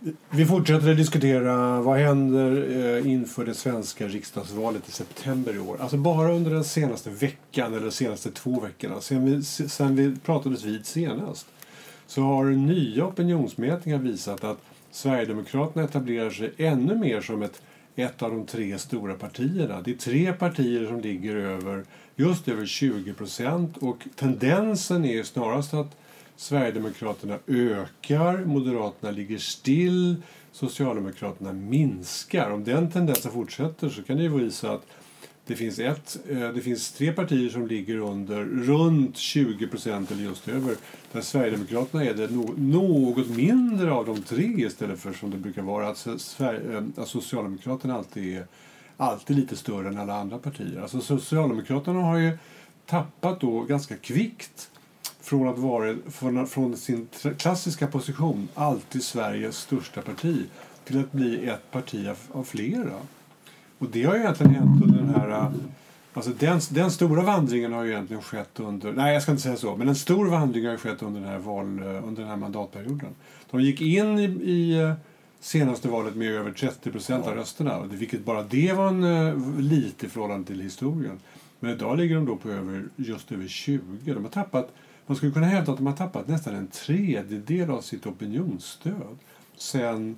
Vi fortsätter att diskutera vad händer inför det svenska riksdagsvalet i september i år. Alltså bara under den senaste veckan eller de senaste 2 veckorna, sen vi pratades vid senast, så har nya opinionsmätningar visat att Sverigedemokraterna etablerar sig ännu mer som ett av de 3 stora partierna. Det är 3 partier som ligger just över 20%, och tendensen är snarast att Sverigedemokraterna ökar, Moderaterna ligger still, Socialdemokraterna minskar. Om den tendensen fortsätter så kan det ju visa att det finns 3 partier som ligger runt 20% eller just över. Där Sverigedemokraterna är det något mindre av de 3 istället för som det brukar vara att Socialdemokraterna alltid lite större än alla andra partier. Alltså Socialdemokraterna har ju tappat då ganska kvickt från att vara från sin klassiska position alltid Sveriges största parti till att bli ett parti av flera. Och det har ju egentligen hänt under den här... Alltså den stora vandringen har ju egentligen skett under... Nej, jag ska inte säga så. Men en stor vandring har ju skett under den här mandatperioden. De gick in i senaste valet med över 30% av rösterna. Vilket bara det var en lite i förhållande till historien. Men idag ligger de då på just över 20. De har tappat... Man skulle kunna hävda att de har tappat nästan en tredjedel av sitt opinionsstöd sen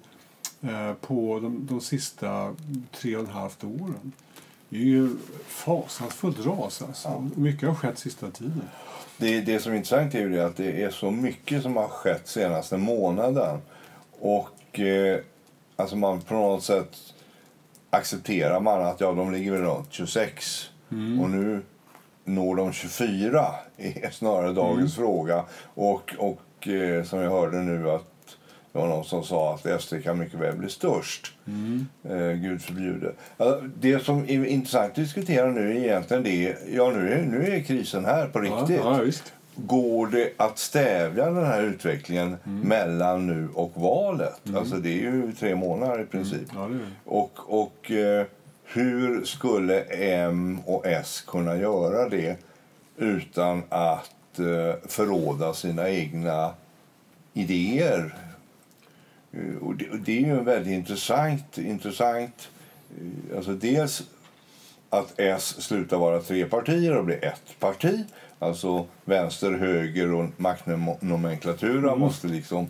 på de sista 3,5 åren. Det är ju fasansfullt ras alltså. Ja. Mycket har skett sista tiden. Det som är intressant är ju det att det är så mycket som har skett senaste månaden. Och alltså man på något sätt accepterar man att de ligger väl runt 26. Och nu når de 24 är snarare dagens fråga. Och som jag hörde nu att det var någon som sa att SD kan mycket väl bli störst. Gud förbjude. Alltså, det som är intressant att diskutera nu är egentligen det. Ja, nu är krisen här på riktigt. Ja, visst. Går det att stävja den här utvecklingen mellan nu och valet? Alltså det är ju 3 månader i princip. Ja, det är det. Och hur skulle M och S kunna göra det utan att förråda sina egna idéer? Och det är ju en väldigt intressant alltså dels att S slutar vara 3 partier och blir ett parti. Alltså vänster, höger och maktnomenklatura måste liksom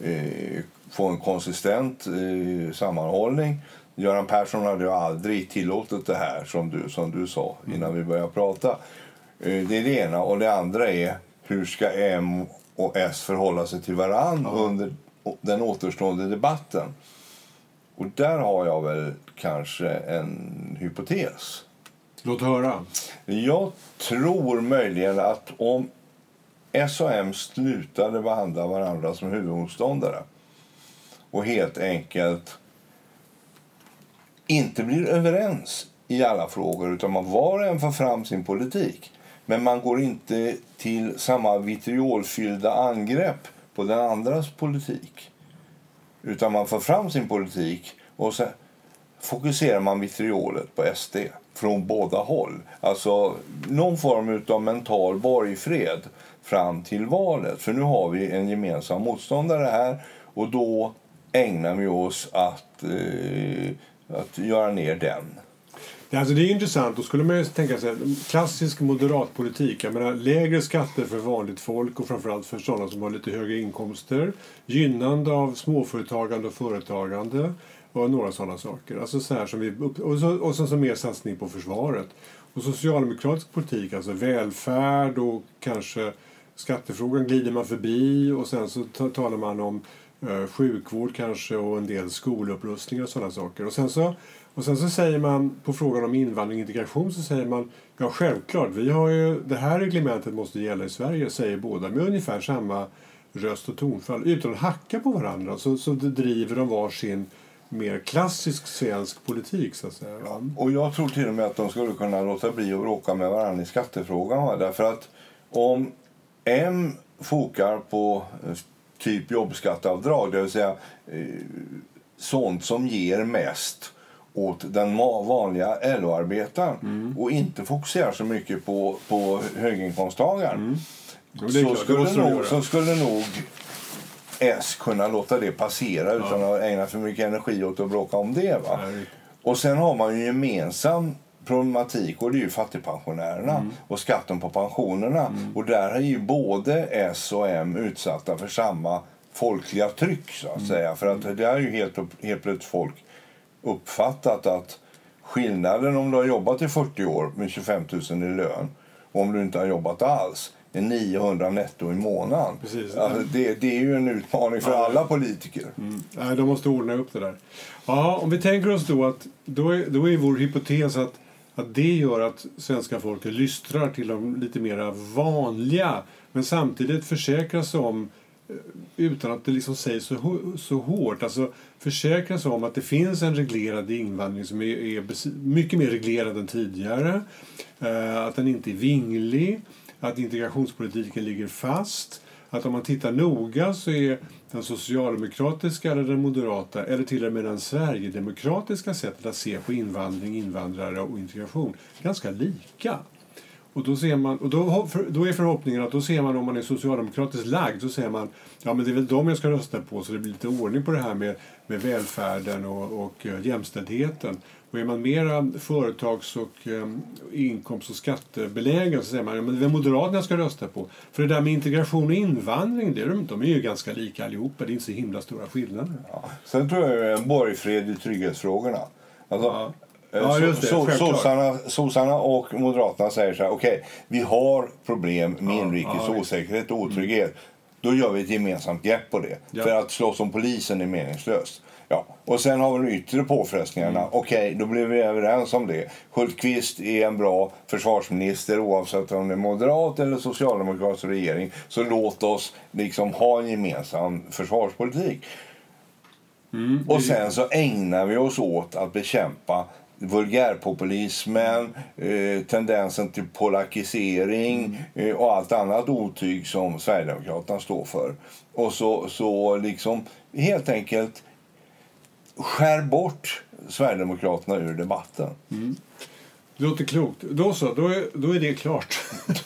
få en konsistent sammanhållning. Göran Persson hade ju aldrig tillåtit det här som du sa innan vi började prata. Det är det ena. Och det andra är hur ska M och S förhålla sig till varann under den återstående debatten. Och där har jag väl kanske en hypotes. Låt höra. Jag tror möjligen att om S och M slutade behandla varandra som huvudmotståndare och helt enkelt inte blir överens i alla frågor utan man var och en får fram sin politik. Men man går inte till samma vitriolfyllda angrepp på den andras politik. Utan man får fram sin politik och sen fokuserar man vitriolet på SD från båda håll. Alltså någon form av mental borgfred fram till valet. För nu har vi en gemensam motståndare här och då ägnar vi oss att göra ner den. Alltså det är intressant. Då skulle man ju tänka sig klassisk moderatpolitik. Jag menar, lägre skatter för vanligt folk och framförallt för sådana som har lite högre inkomster. Gynnande av småföretagande och företagande och några sådana saker. Alltså så här som och så mer satsning på försvaret. Och socialdemokratisk politik, alltså välfärd och kanske skattefrågan glider man förbi och sen så talar man om sjukvård kanske och en del skolupprustningar och sådana saker. Och sen så säger man på frågan om invandring och integration så säger man ja självklart, vi har ju det här reglementet måste gälla i Sverige, säger båda med ungefär samma röst och tonfall utan att hacka på varandra så driver de varsin mer klassisk svensk politik så att säga. Ja, och jag tror till och med att de skulle kunna låta bli att bråka med varandra i skattefrågan därför att om M fokar på typ jobbskatteavdrag, det vill säga sånt som ger mest åt den vanliga LO-arbetaren och inte fokuserar så mycket på höginkomsttagaren så skulle nog S kunna låta det passera utan att ägna för mycket energi åt att bråka om det. Va? Och sen har man ju gemensam problematik, och det är ju fattigpensionärerna och skatten på pensionerna. Och där är ju både S och M utsatta för samma folkliga tryck, så att säga. För att det är ju helt plötsligt folk uppfattat att skillnaden om du har jobbat i 40 år med 25 000 i lön och om du inte har jobbat alls är 900 netto i månaden. Alltså det är ju en utmaning för alla politiker. De måste ordna upp det där. Ja, om vi tänker oss då att då är vår hypotes att det gör att svenska folket lystrar till de lite mer vanliga, men samtidigt försäkras om, utan att det liksom sägs så hårt, alltså försäkras om att det finns en reglerad invandring som är mycket mer reglerad än tidigare, att den inte är vinglig, att integrationspolitiken ligger fast, att om man tittar noga så är den socialdemokratiska eller den moderata eller till och med den sverigedemokratiska sättet att se på invandring, invandrare och integration ganska lika. Och då ser man, och då är förhoppningen att då ser man, om man är socialdemokratiskt lagd, så säger man, ja men det är väl dem jag ska rösta på, så det blir lite ordning på det här med välfärden och jämställdheten. Och är man mera företags- och inkomst- och skattebelägen, så säger man, ja men det är Moderaterna jag ska rösta på. För det där med integration och invandring, de är ju ganska lika allihopa, det är inte så himla stora skillnader. Ja. Sen tror jag en borgfred i trygghetsfrågorna. Alltså, sossarna och Moderaterna säger så här, okej, vi har problem med inrikes osäkerhet och otrygghet. Då gör vi ett gemensamt grepp på det. Ja. För att slåss om polisen är meningslöst. Ja. Och sen har vi de yttre påfrestningarna. Okej, då blir vi överens om det. Hultqvist är en bra försvarsminister oavsett om det är moderat eller socialdemokratisk regering. Så låt oss liksom ha en gemensam försvarspolitik. Och sen så ägnar vi oss åt att bekämpa vulgärpopulismen, tendensen till polarisering och allt annat otyg som Sverigedemokraterna står för. Och så liksom helt enkelt skär bort Sverigedemokraterna ur debatten. Det låter klokt. Då är det klart.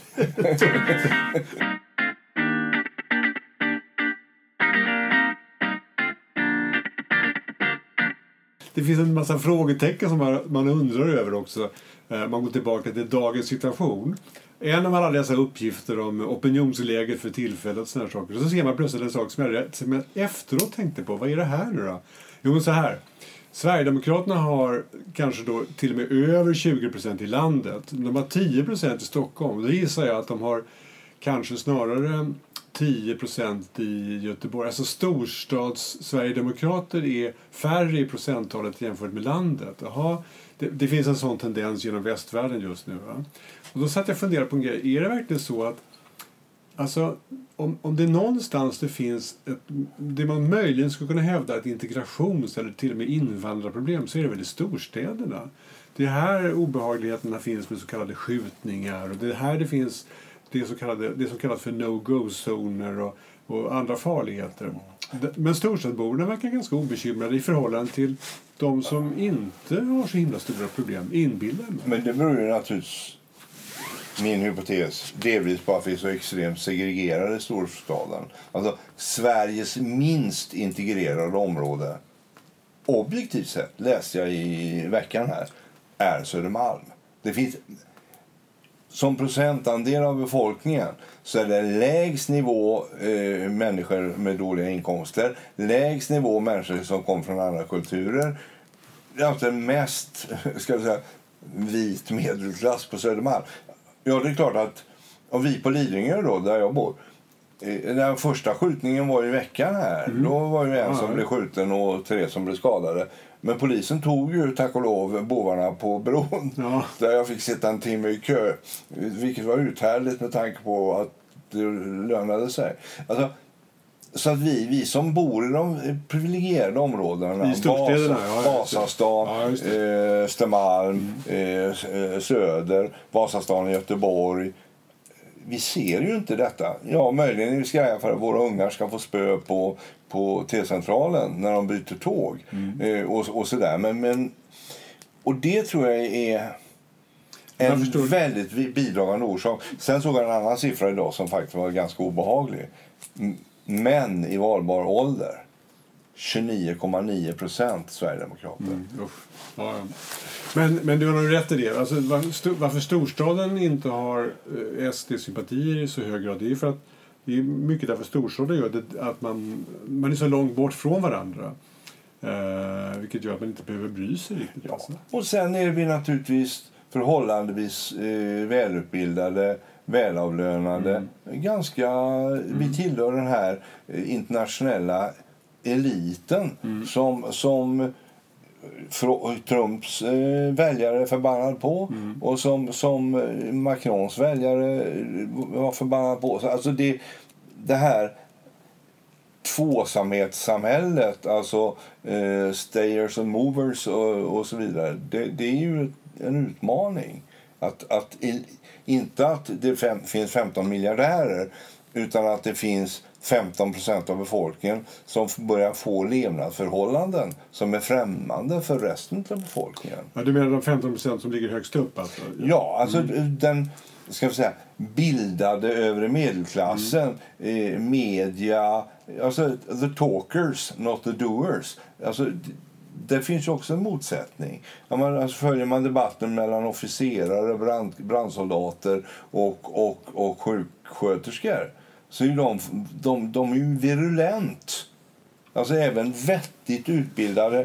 Det finns en massa frågetecken som man undrar över också. Man går tillbaka till dagens situation. En av alla dessa uppgifter om opinionsläget för tillfället och sådana saker. Så ser man plötsligt en sak som jag efteråt tänkte på. Vad är det här nu då? Jo, så här. Sverigedemokraterna har kanske då till och med över 20% i landet. De har 10% i Stockholm. Då gissar jag att de har kanske snarare 10% i Göteborg. Alltså storstads-Sverigedemokrater är färre i procenttalet jämfört med landet. Jaha, det finns en sån tendens genom västvärlden just nu. Va? Och då satt jag och funderade på en grej. Är det verkligen så att alltså, om det någonstans det finns det man möjligen skulle kunna hävda ett integrations- eller till och med invandrarproblem, så är det väl i storstäderna. Det är här obehagligheterna finns med så kallade skjutningar, och det är här det finns det som kallas för no-go-zoner och andra farligheter. Men storstadsborna verkar ganska obekymrade i förhållande till de som inte har så himla stora problem. Inbillar mig. Men det beror ju naturligtvis, min hypotes, delvis på att vi är så extremt segregerade i storstaden. Alltså, Sveriges minst integrerade område, objektivt sett, läste jag i veckan här, är Södermalm. Det finns, som procentandel av befolkningen, så är det lägst nivå människor med dåliga inkomster, lägst nivå människor som kommer från andra kulturer. Det är alltså mest, ska jag säga, vit medelklass på Södermalm. Ja, det är klart att, och vi på Lidingö då, där jag bor, den första skjutningen var i veckan här. Då var ju en som blev skjuten och 3 som blev skadade. Men polisen tog ju, tack och lov, bovarna på bron. Ja. Där jag fick sitta en timme i kö. Vilket var uthärligt med tanke på att det lönade sig. Alltså, så att vi som bor i de privilegierade områdena, Vasastan, Östermalm, Söder, Vasastan i Göteborg, vi ser ju inte detta. Ja, möjligen är vi skraja för att våra ungar ska få spö på T-centralen när de byter tåg och sådär. Men och det tror jag är en väldigt bidragande orsak. Sen såg jag en annan siffra idag som faktiskt var ganska obehaglig. män i valbar ålder. 29,9% Sverigedemokrater. Ja. Men du har nog rätt i det. Alltså, varför storstaden inte har SD-sympatier i så hög grad, det är för att det är mycket därför storstaden gör det, att man är så långt bort från varandra. Vilket gör att man inte behöver bry sig riktigt. Ja. Och sen är vi naturligtvis förhållandevis välutbildade, välavlönade. Vi tillhör den här internationella eliten som Trumps väljare är förbannad på och som Macrons väljare var förbannad på. Alltså det här tvåsamhetssamhället, alltså stayers and movers och så vidare, det är ju en utmaning. Inte att det finns 15 miljardärer, utan att det finns 15% av befolkningen som börjar få levnadsförhållanden som är främmande för resten av befolkningen. Ja, du menar de 15% som ligger högst upp? Alltså? Ja, alltså den bildade övre medelklassen, media, alltså the talkers, not the doers. Alltså, det finns ju också en motsättning. Följer man debatten mellan officerare, brandsoldater och sjuksköterskor, så är de är ju virulent. Alltså även vettigt utbildade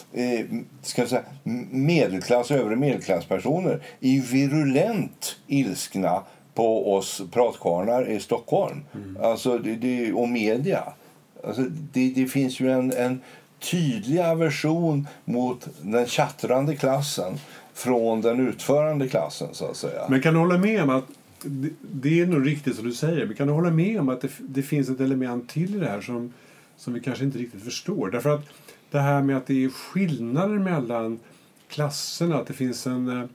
övre medelklasspersoner är ju virulent ilskna på oss pratkvarnar i Stockholm. Alltså och media. Alltså det finns ju en tydlig aversion mot den chattrande klassen från den utförande klassen, så att säga. Men kan du hålla med om att det är nog riktigt som du säger, men kan du hålla med om att det finns ett element till i det här som vi kanske inte riktigt förstår? Därför att det här med att det är skillnader mellan klasserna, att det finns en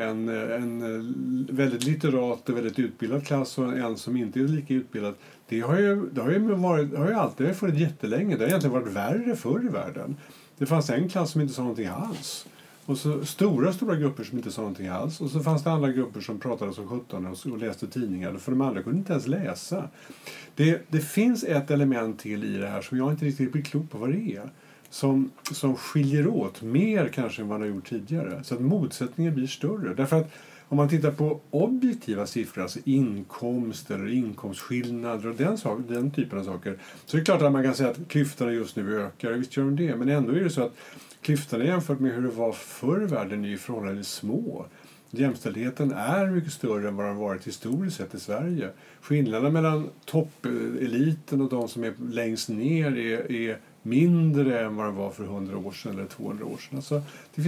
väldigt litterat och väldigt utbildad klass och en som inte är lika utbildad, det har ju alltid funnits jättelänge. Det har egentligen varit värre förr i världen. Det fanns en klass som inte sa någonting alls. Och så stora grupper som inte sa någonting alls. Och så fanns det andra grupper som pratade som 17 och läste tidningar. För de andra kunde inte ens läsa. Det finns ett element till i det här som jag inte riktigt blir klok på vad det är. Som skiljer åt mer kanske än vad man har gjort tidigare. Så att motsättningen blir större. Därför att om man tittar på objektiva siffror, alltså inkomster, inkomstskillnader och den typen av saker, så är det klart att man kan säga att klyftorna just nu ökar. Visst gör de det. Men ändå är det så att klyftorna jämfört med hur det var förr i världen är ju förhållandevis små. Jämställdheten är mycket större än vad den varit historiskt sett i Sverige. Skillnaden mellan toppeliten och de som är längst ner är mindre än vad den var för 100 år sedan eller 200 år sedan. Alltså,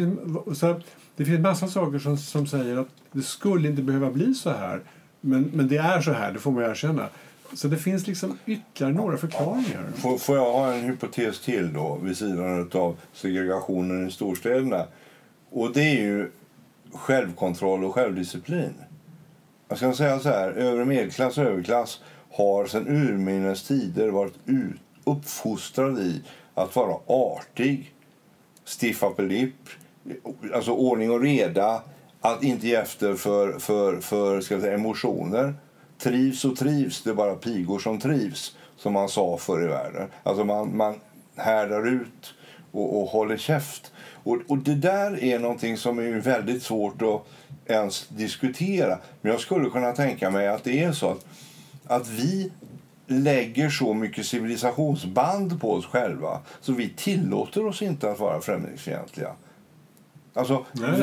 det finns massa saker som säger att det skulle inte behöva bli så här. Men det är så här, det får man erkänna. Så det finns liksom ytterligare några förklaringar. Får jag ha en hypotes till då vid sidan av segregationen i storstäderna? Och det är ju självkontroll och självdisciplin. Jag ska säga så här, övre medelklass och överklass har sedan urminnes tider varit uppfostrad i att vara artig, stiff upper lip, alltså ordning och reda, att inte ge efter för ska jag säga, emotioner. Trivs och trivs, det är bara pigor som trivs, som man sa förr i världen. Alltså man härdar ut och håller käft. Och det där är någonting som är väldigt svårt att ens diskutera. Men jag skulle kunna tänka mig att det är så att vi lägger så mycket civilisationsband på oss själva så vi tillåter oss inte att vara främlingsfientliga. Alltså,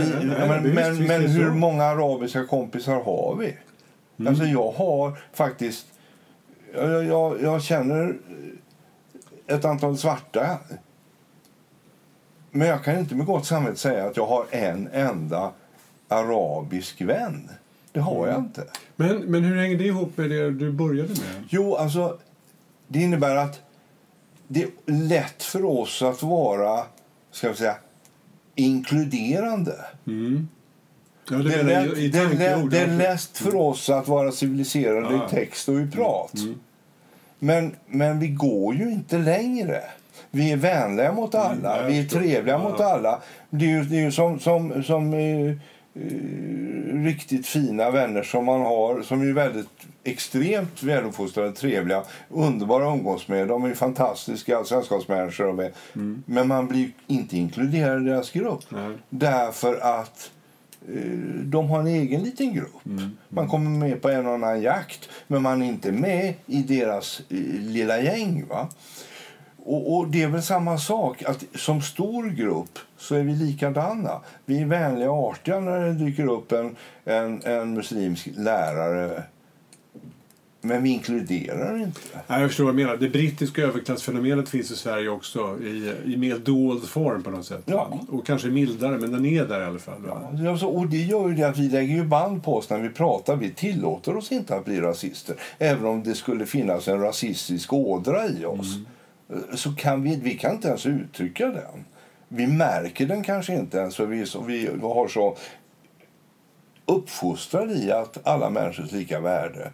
men hur många arabiska kompisar har vi? Alltså jag har faktiskt jag känner ett antal svarta, men jag kan inte med gott samvete säga att jag har en enda arabisk vän. Det har jag inte. Men hur hänger det ihop med det du började med? Jo, alltså det innebär att det är lätt för oss att vara, ska vi säga, inkluderande. Ja, det är lätt för oss att vara civiliserade i text och i prat. Men vi går ju inte längre. Vi är vänliga mot alla. Vi är trevliga mot alla. Det är ju som riktigt fina vänner som man har, som är väldigt extremt väluppfostrade, trevliga, underbara umgås med. De är fantastiska sällskapsmänniskor. Men man blir inte inkluderad i deras grupp. Därför att de har en egen liten grupp. Man kommer med på en och annan jakt, men man är inte med i deras lilla gäng. Va? Och det är väl samma sak, att som stor grupp så är vi likadana. Vi är vänliga och artiga när det dyker upp en muslimsk lärare. Men vi inkluderar inte. Nej, jag förstår vad du menar. Det brittiska överklassfenomenet finns i Sverige också i mer dold form på något sätt. Ja. Och kanske mildare, men den är där i alla fall. Ja, och det gör ju det att vi lägger ju band på oss när vi pratar. Vi tillåter oss inte att bli rasister. Även om det skulle finnas en rasistisk ådra i oss. Så kan vi kan inte ens uttrycka den. Vi märker den kanske inte ens. För vi har så uppfostrade i att alla människors lika värde.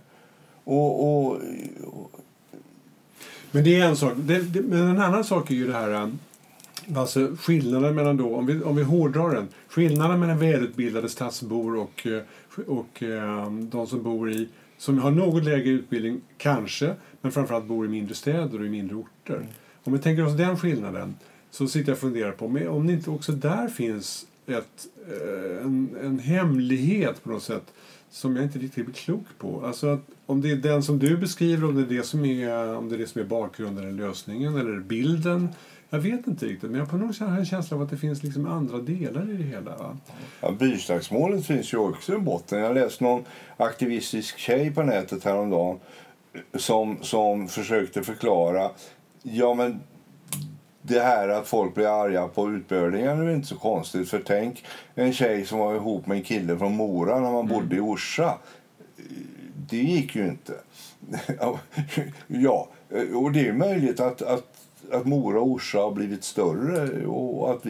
Men det är en sak. Men en annan sak är ju det här, alltså skillnaden mellan då, om vi hårdrar den, skillnaden mellan välutbildade stadsbor och de som bor som har något lägre utbildning kanske, men framförallt bor i mindre städer och i mindre orter. Om vi tänker oss den skillnaden, så sitter jag och funderar på om det inte också där finns en hemlighet på något sätt som jag inte riktigt blir klok på. Alltså att om det är den som du beskriver, om det är det som är bakgrunden eller lösningen eller bilden. Jag vet inte riktigt, men jag på något sätt har en känsla av att det finns liksom andra delar i det hela. Va? Ja, byslagsmålet finns ju också i botten. Jag läste någon aktivistisk tjej på nätet häromdagen som försökte förklara, ja men det här att folk blir arga på utbölingar är inte så konstigt. För tänk en tjej som var ihop med en kille från Mora när man bodde i Orsa. Det gick ju inte. Ja, och det är möjligt att Mora och Orsa har blivit större. Och att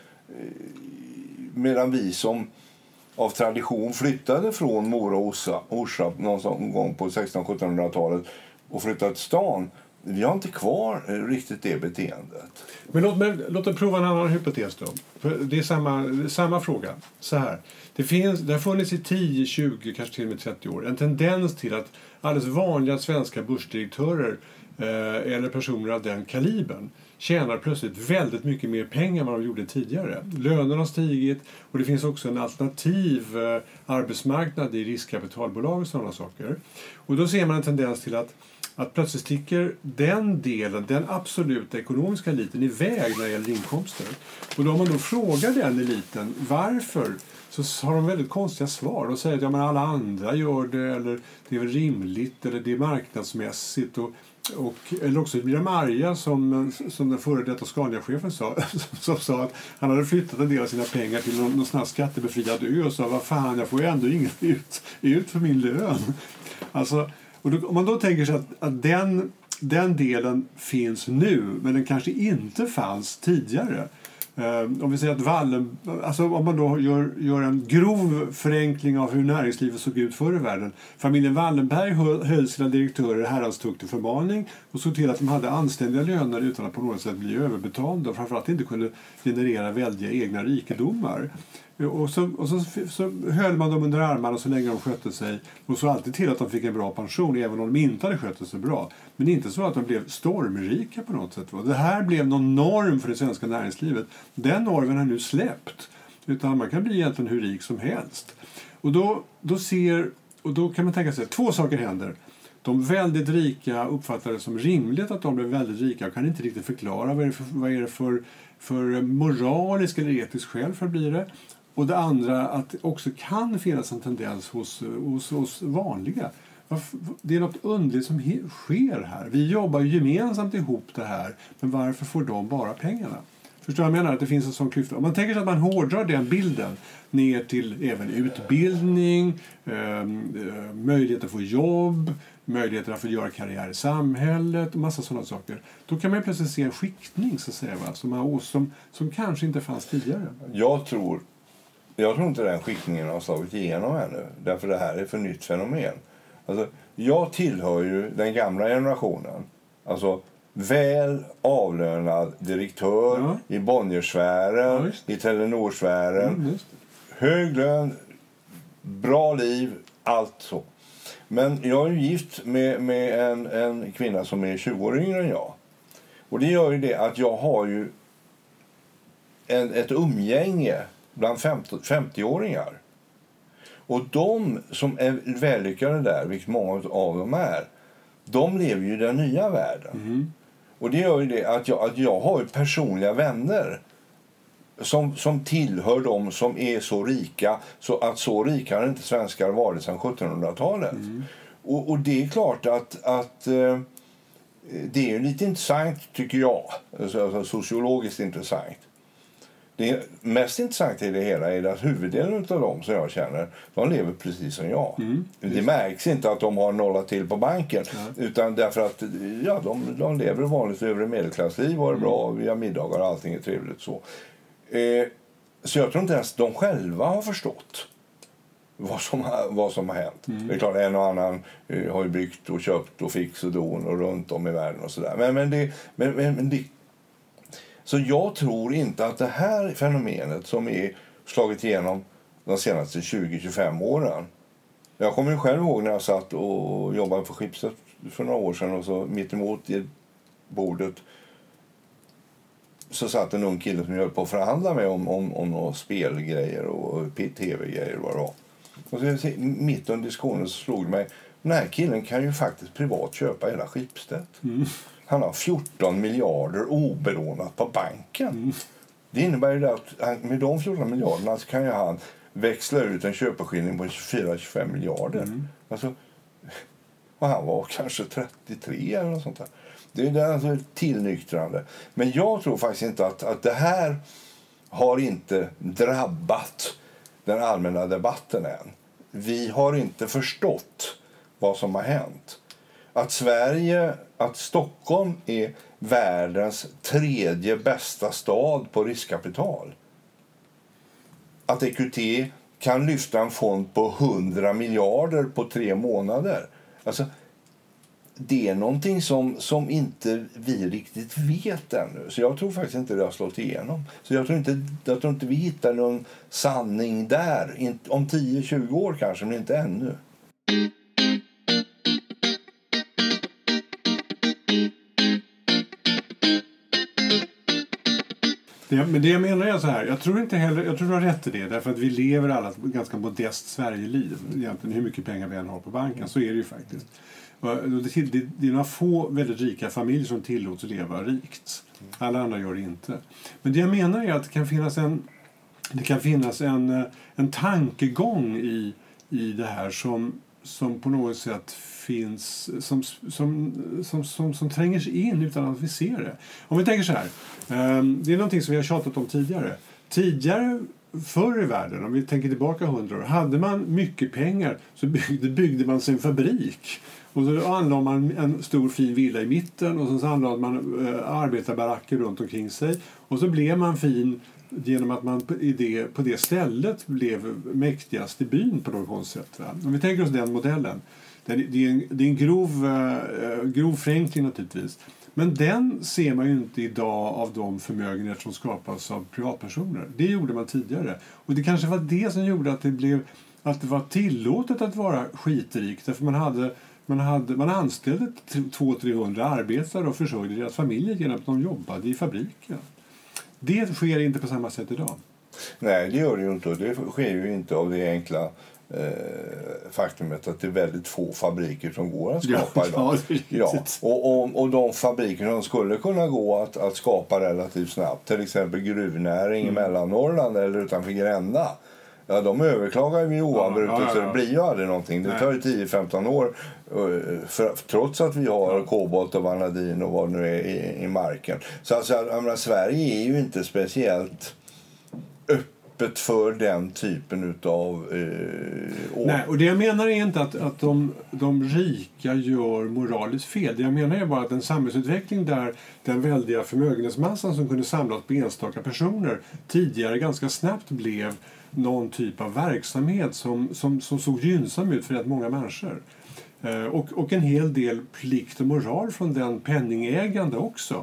medan vi som av tradition flyttade från Mora och Orsa någon gång på 1600-1700-talet och flyttade till stan. Vi har inte kvar riktigt det beteendet. Men låt oss prova en annan hypotes då. För det är samma fråga. Så här. Det har funnits i 10, 20, kanske till och med 30 år en tendens till att alldeles vanliga svenska börsdirektörer eller personer av den kalibern tjänar plötsligt väldigt mycket mer pengar än vad de gjorde tidigare. Lönerna har stigit och det finns också en alternativ arbetsmarknad i riskkapitalbolag och sådana saker. Och då ser man en tendens till att plötsligt sticker den absoluta ekonomiska eliten iväg när det gäller inkomster. Och då om man då frågar den eliten varför, så har de väldigt konstiga svar. De säger att alla andra gör det, eller det är väl rimligt, eller det är marknadsmässigt. Eller också blir de arga som den före detta Scania-chefen sa, som sa att han hade flyttat en del av sina pengar till någon sån här skattebefriad ö och sa, vad fan, jag får ju ändå inget ut för min lön. Alltså, och om man då tänker sig att den delen finns nu, men den kanske inte fanns tidigare. Om vi säger att om man då gör en grov förenkling av hur näringslivet såg ut förr i världen. Familjen Wallenberg höll sina direktörer herrans tukt och förmaning och såg till att de hade anständiga löner utan att på något sätt bli överbetalda och framförallt inte kunde generera väldiga egna rikedomar. Och så höll man dem under armarna så länge de skötte sig och så alltid till att de fick en bra pension även om de inte hade skött sig bra. Men inte så att de blev stormrika på något sätt. Det här blev någon norm för det svenska näringslivet. Den normen har nu släppt. Utan man kan bli egentligen hur rik som helst. Och då kan man tänka sig att två saker händer. De väldigt rika uppfattar det som rimligt att de blev väldigt rika och kan inte riktigt förklara vad är det för moralisk eller etisk skäl för att bli det. Och det andra, att det också kan finnas en tendens hos vanliga. Det är något underligt som sker här. Vi jobbar gemensamt ihop det här, men varför får de bara pengarna? Förstår jag menar? Att det finns en sån klyfta. Om man tänker sig att man hårdrar den bilden ner till även utbildning, möjligheter att få jobb, möjligheter att få göra karriär i samhället och massa sådana saker. Då kan man plötsligt se en skiktning så att säga, som kanske inte fanns tidigare. Jag tror inte den skiktningen har slagit igenom ännu. Därför det här är för nytt fenomen. Alltså, jag tillhör ju den gamla generationen. Alltså väl avlönad direktör i Bonniersfären, i Telenorsfären. Hög lön, bra liv, allt så. Men jag är ju gift med en kvinna som är 20 år yngre än jag. Och det gör ju det att jag har ju ett umgänge bland 50-åringar. Och de som är vällyckade där, vilket många av dem är, de lever ju i den nya världen. Och det gör ju det att jag har ju personliga vänner som tillhör dem som är så rika, så rika har inte svenskar varit sedan 1700-talet. Och det är klart att det är lite intressant, tycker jag, alltså sociologiskt intressant. Det mest intressanta i det hela är att huvuddelen av dem som jag känner, de lever precis som jag. Det märks inte att de har nollat till på banken, utan därför att de lever vanligt övre medelklassliv, har det bra, vi har middagar och allting är trevligt så. Så jag tror inte ens de själva har förstått vad som har hänt. Det är klart, en och annan har ju byggt och köpt och fix och don och runt om i världen och sådär. Men det så jag tror inte att det här fenomenet som är slagit igenom de senaste 20-25 åren. Jag kommer ju själv ihåg när jag satt och jobbade för Schibsted för några år sedan, och så mitt emot i bordet så satt en ung kille som jag höll på att förhandla med om några spelgrejer och tv-grejer vad det var. Och så mitt under diskussionen så slog det mig, den här killen kan ju faktiskt privat köpa hela Schibsted. Han har 14 miljarder oberånat på banken. Det innebär ju att med de 14 miljarderna så kan ju han växla ut en köpeskilling på 24-25 miljarder. Alltså, och han var kanske 33 eller något sånt där. Det är alltså tillnyktrande. Men jag tror faktiskt inte att det här har inte drabbat den allmänna debatten än. Vi har inte förstått vad som har hänt. Att Stockholm är världens 3:e bästa stad på riskkapital. Att EQT kan lyfta en fond på 100 miljarder på 3 månader. Alltså, det är någonting som inte vi riktigt vet ännu. Så jag tror faktiskt inte det har slått igenom. Så jag tror inte vi hittar någon sanning där. Om 10-20 år kanske, men inte ännu. Men det jag menar är så här, jag tror du har rätt i det, därför att vi lever alla ett ganska modest Sverige-liv. Egentligen hur mycket pengar vi än har på banken, så är det ju faktiskt. Det är några få väldigt rika familjer som tillåts leva rikt. Alla andra gör det inte. Men det jag menar är att det kan finnas en tankegång i det här som på något sätt finns, som tränger sig in utan att vi ser det. Om vi tänker så här, det är någonting som vi har tjatat om tidigare. Förr i världen, om vi tänker tillbaka 100 år, hade man mycket pengar så byggde man sin fabrik. Och så anlade man en stor fin villa i mitten, och så anlade man arbetarbaracker runt omkring sig. Och så blev man fin genom att man på det stället blev mäktigast i byn på något koncept. Om vi tänker oss den modellen. Det är en grov förenkling naturligtvis. Men den ser man ju inte idag av de förmögenheter som skapas av privatpersoner. Det gjorde man tidigare. Och det kanske var det som gjorde att det var tillåtet att vara skitrik. Därför man anställde 200-300 arbetare och försörjde deras familjer genom att de jobbade i fabriken. Det sker inte på samma sätt idag. Nej, det gör det ju inte. Det sker ju inte av det enkla faktumet att det är väldigt få fabriker som går att skapa idag. Och de fabriker som skulle kunna gå att skapa relativt snabbt, till exempel gruvnäring i Mellannorrland eller utanför Gränna, de överklagar ju oavbrutet, så det blir ju aldrig någonting. Det tar ju 10-15 år trots att vi har kobolt och vanadin och vad nu är i marken. Så alltså, Sverige är ju inte speciellt öppet för den typen av Nej, och det jag menar är inte att de rika gör moraliskt fel. Det jag menar är bara att en samhällsutveckling där den väldiga förmögenhetsmassan som kunde samlas på enstaka personer tidigare ganska snabbt blev någon typ av verksamhet som såg gynnsam ut för rätt många människor. Och en hel del plikt och moral från den penningägande också.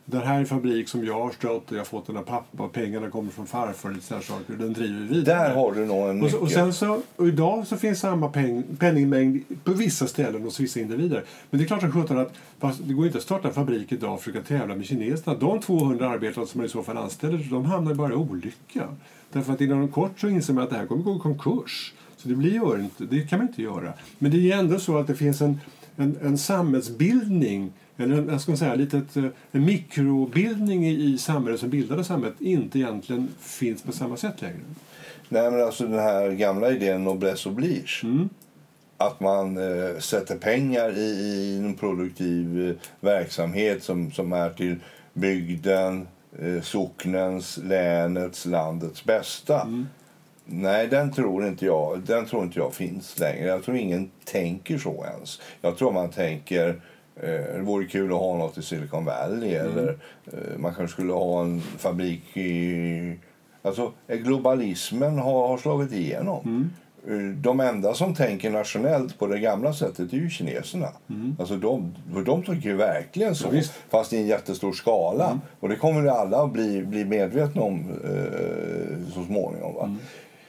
Den här är en fabrik som jag har stött och jag har fått den av pappa och pengarna kommer från farfar och lite sådana saker. Den driver vi vidare. Där har du nog en nyckel. Och sen så, och idag så finns samma penningmängd på vissa ställen hos vissa individer. Men det är klart att det går inte att starta en fabrik idag och försöka tävla med kineserna. De 200 arbetare som man i så fall anställer, de hamnar bara i olycka. Därför att inom kort så inser man att det här kommer gå i konkurs. Så det kan man inte göra. Men det är ändå så att det finns en samhällsbildning, eller jag ska säga en mikrobildning i samhället som bildade samhället inte egentligen finns på samma sätt längre. Nej, men alltså den här gamla idén noblesse oblige. Att man sätter pengar i en produktiv verksamhet som är till bygden, socknens, länets, landets bästa. Nej, den tror inte jag finns längre. Jag tror ingen tänker så ens. Jag tror man tänker det vore kul att ha något i Silicon Valley eller man kanske skulle ha en fabrik i... Alltså, globalismen har slagit igenom. De enda som tänker nationellt på det gamla sättet är ju kineserna. Alltså de tycker ju verkligen så, fast i en jättestor skala. Och det kommer alla att bli medvetna om så småningom. Va?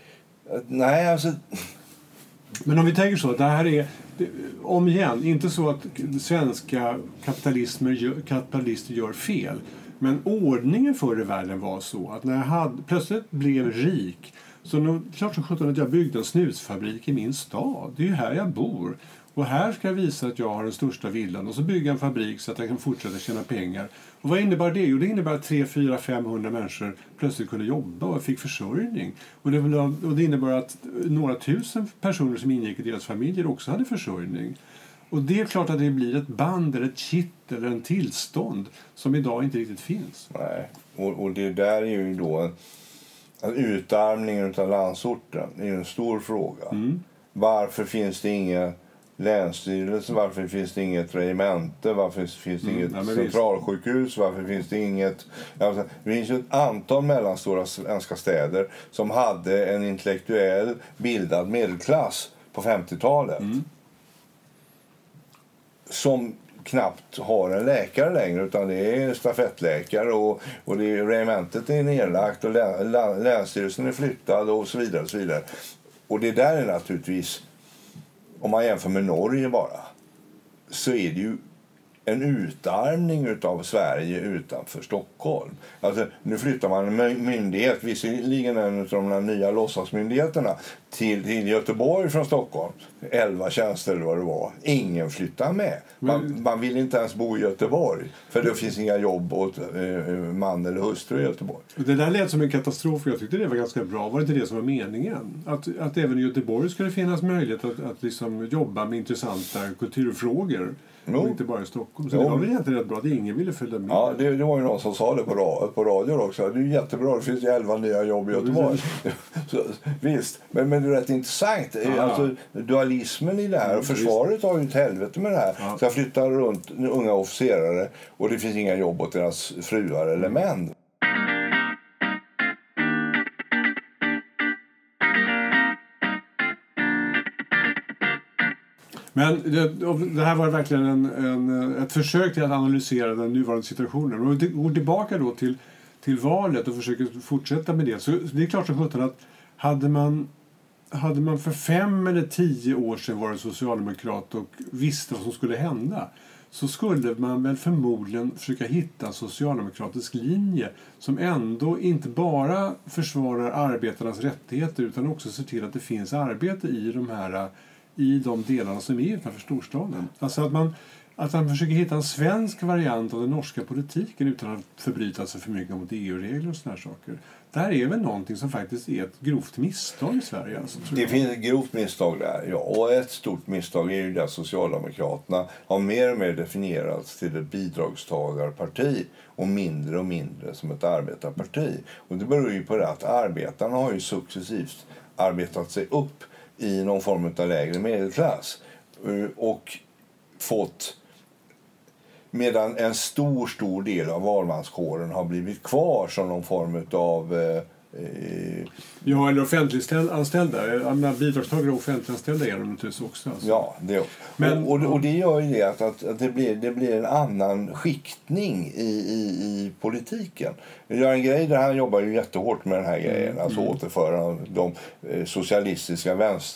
Nej, alltså... Men om vi tänker så, det här är om igen, inte så att svenska kapitalister gör fel. Men ordningen förr i världen var så att när jag plötsligt blev rik, så klart som sjutton att jag byggde en snusfabrik i min stad. Det är ju här jag bor. Och här ska jag visa att jag har den största villan. Och så bygga en fabrik så att jag kan fortsätta tjäna pengar. Och vad innebär det? Jo, det innebär att 300-500 människor plötsligt kunde jobba och fick försörjning. Och det innebär att några tusen personer som ingick i deras familjer också hade försörjning. Och det är klart att det blir ett band eller ett kitt eller en tillstånd som idag inte riktigt finns. Nej, och det där är ju då utarmningen av landsorten är en stor fråga. Varför finns det inga länsstyrelse, varför finns det inget regemente, varför finns det inget centralsjukhus, varför finns det inget... Alltså, det finns ju ett antal mellanstora svenska städer som hade en intellektuell bildad medelklass på 50-talet. Som knappt har en läkare längre, utan det är stafettläkare och det är, regementet är nedlagt och länsstyrelsen är flyttad och så vidare och så vidare. Och det där är naturligtvis, om man jämför med Norge bara, så är det ju en utarmning av Sverige utanför Stockholm. Alltså, nu flyttar man en myndighet, visserligen en av de nya låtsasmyndigheterna, till Göteborg från Stockholm. 11 tjänster eller vad det var. Ingen flyttar med. Man vill inte ens bo i Göteborg, för det finns inga jobb åt man eller hustru i Göteborg. Det där lät som en katastrof. Jag tyckte det var ganska bra. Var det inte det som var meningen? Att även i Göteborg skulle finnas möjlighet att liksom jobba med intressanta kulturfrågor. Och inte bara i Stockholm. Så det var väl egentligen rätt bra att ingen ville följa med. Ja, det var ju någon som sa det på radio också. Det är jättebra, det finns ju 11 nya jobb i Göteborg. Så, visst, men det är rätt intressant. Alltså, dualismen i det här. Och försvaret har ju ett helvete med det här. Så jag flyttar runt unga officerare och det finns inga jobb åt deras fruar eller män. Men det här var verkligen ett försök till att analysera den nuvarande situationen. Och vi går tillbaka då till valet och försöker fortsätta med det. Så det är klart som sjutton att hade man för 5 eller 10 år sedan varit socialdemokrat och visste vad som skulle hända, så skulle man väl förmodligen försöka hitta en socialdemokratisk linje som ändå inte bara försvarar arbetarnas rättigheter utan också ser till att det finns arbete i de delarna som är utanför storstaden. Alltså att man försöker hitta en svensk variant av den norska politiken utan att förbryta sig för mycket mot EU-regler och såna här saker. Det här är väl någonting som faktiskt är ett grovt misstag i Sverige. Alltså, det finns ett grovt misstag där, ja. Och ett stort misstag är ju att Socialdemokraterna har mer och mer definierats till ett bidragstagarparti och mindre som ett arbetarparti. Och det beror ju på det att arbetarna har ju successivt arbetat sig upp i någon form av lägre medelklass och fått, medan en stor del av valmanskåren har blivit kvar som någon form av Ja, eller offentliganställda. Bidragstagare och offentliganställda är de naturligtvis också. Alltså. Ja, det också. Men, och det gör ju det att det blir en annan skiktning i politiken. Göran Greider, han jobbar ju jättehårt med den här grejen. Alltså återföra de socialistiska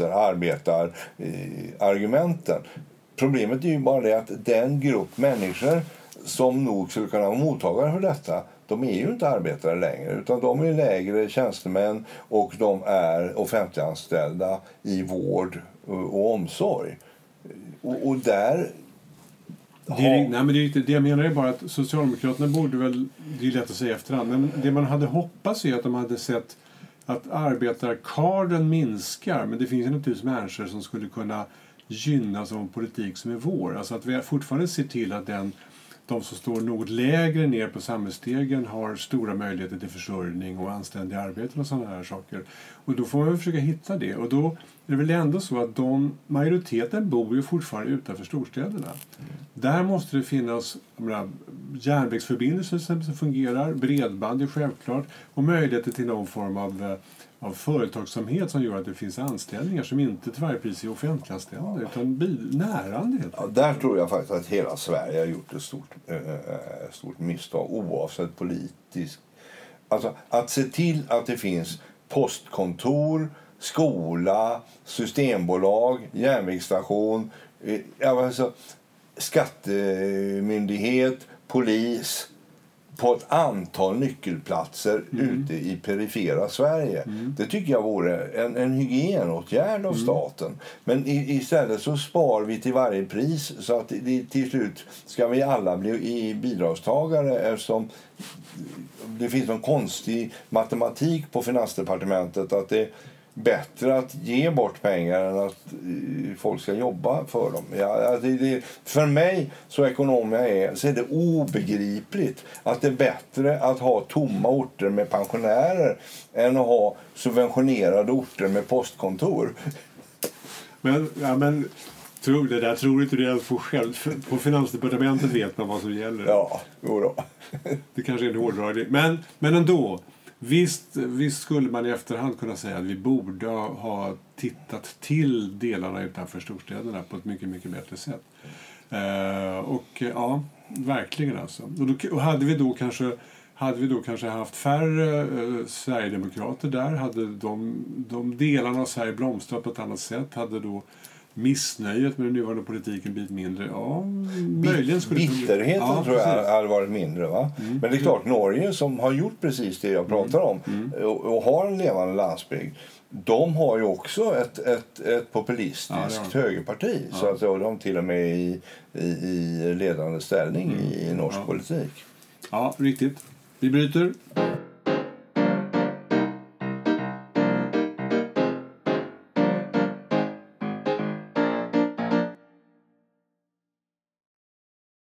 vänster-arbetar-argumenten. Problemet är ju bara det att den grupp människor som nog skulle kunna vara mottagare för detta, de är ju inte arbetare längre, utan de är lägre tjänstemän och de är offentliganställda i vård och omsorg. Och där... Nej, men det är inte det jag menar är bara att Socialdemokraterna borde väl, det är lätt att säga efterhand, men det man hade hoppats är att de hade sett att arbetarkarden minskar, men det finns ju naturligtvis människor som skulle kunna gynnas av en politik som är vår. Alltså att vi fortfarande ser till att de som står något lägre ner på samhällsstegen har stora möjligheter till försörjning och anständiga arbeten och sådana här saker. Och då får man försöka hitta det. Och då är det väl ändå så att majoriteten bor ju fortfarande utanför storstäderna. Där måste det finnas järnvägsförbindelser som fungerar, bredband är självklart och möjligheter till någon form av företagsamhet som gör att det finns anställningar som inte till varje pris är offentliganställda utan närande. Ja, där tror jag faktiskt att hela Sverige har gjort ett stort misstag oavsett politiskt. Alltså att se till att det finns postkontor, skola, systembolag, järnvägsstation, alltså skattemyndighet, polis på ett antal nyckelplatser ute i perifera Sverige. Det tycker jag vore en hygienåtgärd av staten. Men istället så spar vi till varje pris så att till slut ska vi alla bli bidragstagare eftersom det finns någon konstig matematik på Finansdepartementet att det är bättre att ge bort pengar än att folk ska jobba för dem. För mig, så ekonom jag är, så är det obegripligt att det är bättre att ha tomma orter med pensionärer än att ha subventionerade orter med postkontor. Men tror inte du på själv. På Finansdepartementet vet man vad som gäller. Ja, jodå. Det kanske är en hårdragning. Men ändå. Visst skulle man i efterhand kunna säga att vi borde ha tittat till delarna utanför storstäderna på ett mycket, mycket bättre sätt. Och ja, verkligen alltså. Och hade vi då kanske haft färre Sverigedemokrater där, hade de delarna av Sverige blomstrat på ett annat sätt, hade då missnöjet med den nuvarande politiken blivit mindre. Ja, möjligen skulle bitterheten tror jag hade varit mindre, va? Men det är klart, Norge som har gjort precis det jag pratar om och har en levande landsbygd, de har ju också ett populistiskt högerparti, så att de till och med i ledande ställning i norsk politik. Ja, riktigt. Vi bryter.